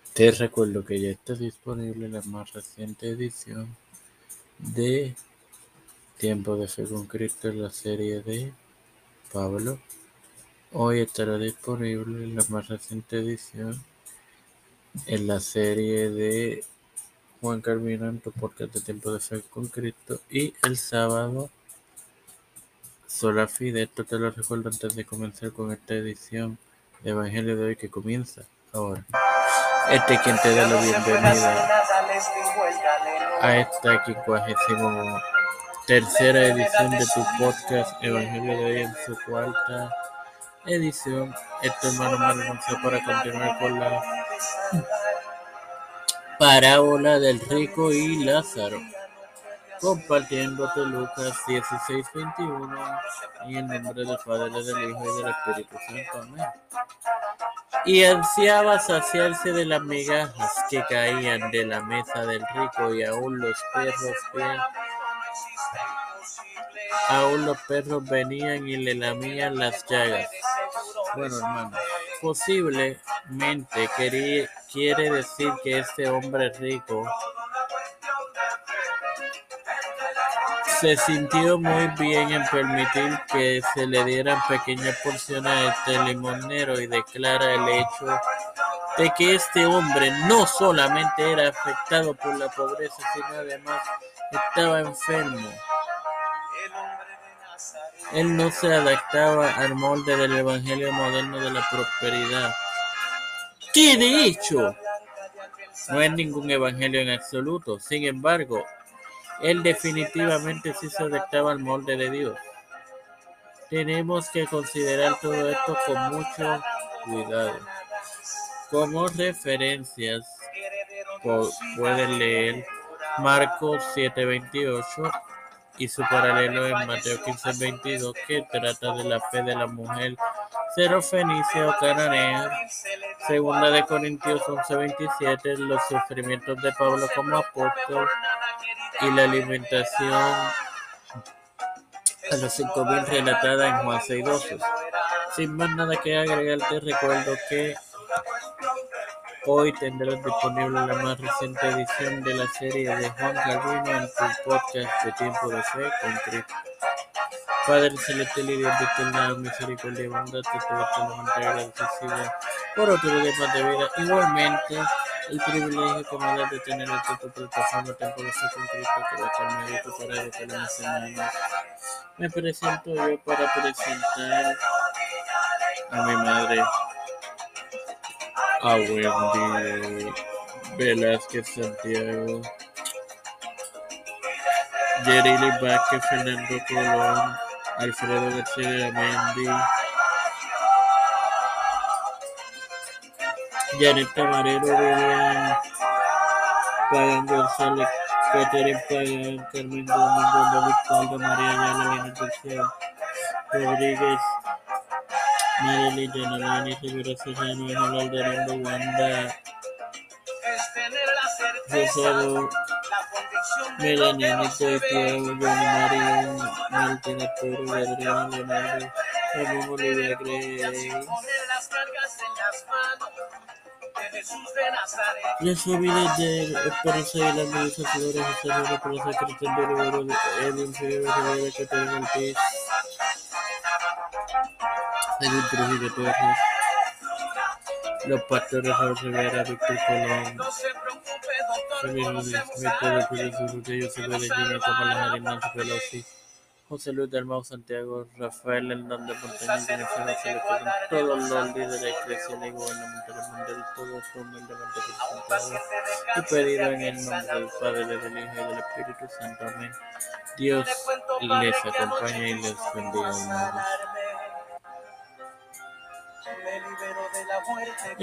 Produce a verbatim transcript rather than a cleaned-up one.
Te recuerdo que ya está disponible la más reciente edición de Tiempo de Fe con Cristo en la serie de Pablo. Hoy estará disponible la más reciente edición en la serie de Juan Carvino en tu podcast de Tiempo de Fe con Cristo. Y el sábado, Sola Fide. Esto te lo recuerdo antes de comenzar con esta edición de Evangelio de hoy que comienza ahora. Este es quien te da la bienvenida a esta quincuagésima tercera edición de tu podcast Evangelio de hoy en su cuarta edición. Este hermano me anunció para continuar con la parábola del rico y Lázaro, compartiéndote Lucas dieciséis veintiuno, en el nombre del Padre, del Hijo y del Espíritu Santo. Amén. Y ansiaba saciarse de las migajas que caían de la mesa del rico, y aún los perros bien, aún los perros venían y le lamían las llagas. Bueno, hermano, posiblemente quería, quiere decir que este hombre rico se sintió muy bien en permitir que se le dieran pequeñas porciones a este limonero, y declara el hecho de que este hombre no solamente era afectado por la pobreza, sino además estaba enfermo. Él no se adaptaba al molde del evangelio moderno de la prosperidad, que de hecho no es ningún evangelio en absoluto. Sin embargo, él definitivamente sí se adaptaba al molde de Dios. Tenemos que considerar todo esto con mucho cuidado. Como referencias, pueden leer Marcos siete veintiocho y su paralelo en Mateo quince veintidós, que trata de la fe de la mujer serofenicia o cananea. Segunda de Corintios once veintisiete, los sufrimientos de Pablo como apóstol y la alimentación a los cinco mil relatada en Juan seis doce. Sin más nada que agregar, te recuerdo que hoy tendrás disponible la más reciente edición de la serie de Juan Carvino en tu podcast de Tiempo de Fe con Cristo. Padre celestial y Dios de eterna misericordia y bondad, te puedo eternamente agradecido por otro día más de vida. Igualmente, el privilegio que me da de tener a tu plataforma Tiempo de Fe con Cristo, que va a estar medio preparado para mis semanas. Me presento yo para presentar a mi madre, a Wendy Velázquez Santiago, Yerili Vázquez, Fernando Colón, Alfredo García Mendy, Janet Camarero, William Pagan González, Catherine Pagan, Carmen Gómez, David Caldo, María Ayala, Lina García Rodríguez, Madeline Yanalani, Rivera Serrano, Ángel Aldarando, Wanda Rosado, Melanie Nito, Tiago, Johnny Marion, Martina Toro, Adriana Leonardo, Ramón Olivia Gray, las familias de Esperanza y las Melissa Flores, José Ramos, Plaza Cristian de Rivero, Edwin Figueroa, Rivera, Caterina Ortiz, Edwin Trujillo Torres, los pastores Raúl Rivera, Víctor Colón, Felipe Smith, Pedro Pérez Urrutia, José Pérez Junior, Kamala Harris, Nancy Pelosi, José Luis Dalmau Santiago, Rafael Hernández Montañez, Jennifer González Colón, todos los líderes eclesiales y gubernamentales mundiales, todos humildemente presentados y pedido en el nombre del Padre, del Hijo y del Espíritu Santo. Amén. Dios les acompañe y les bendiga, hermanos.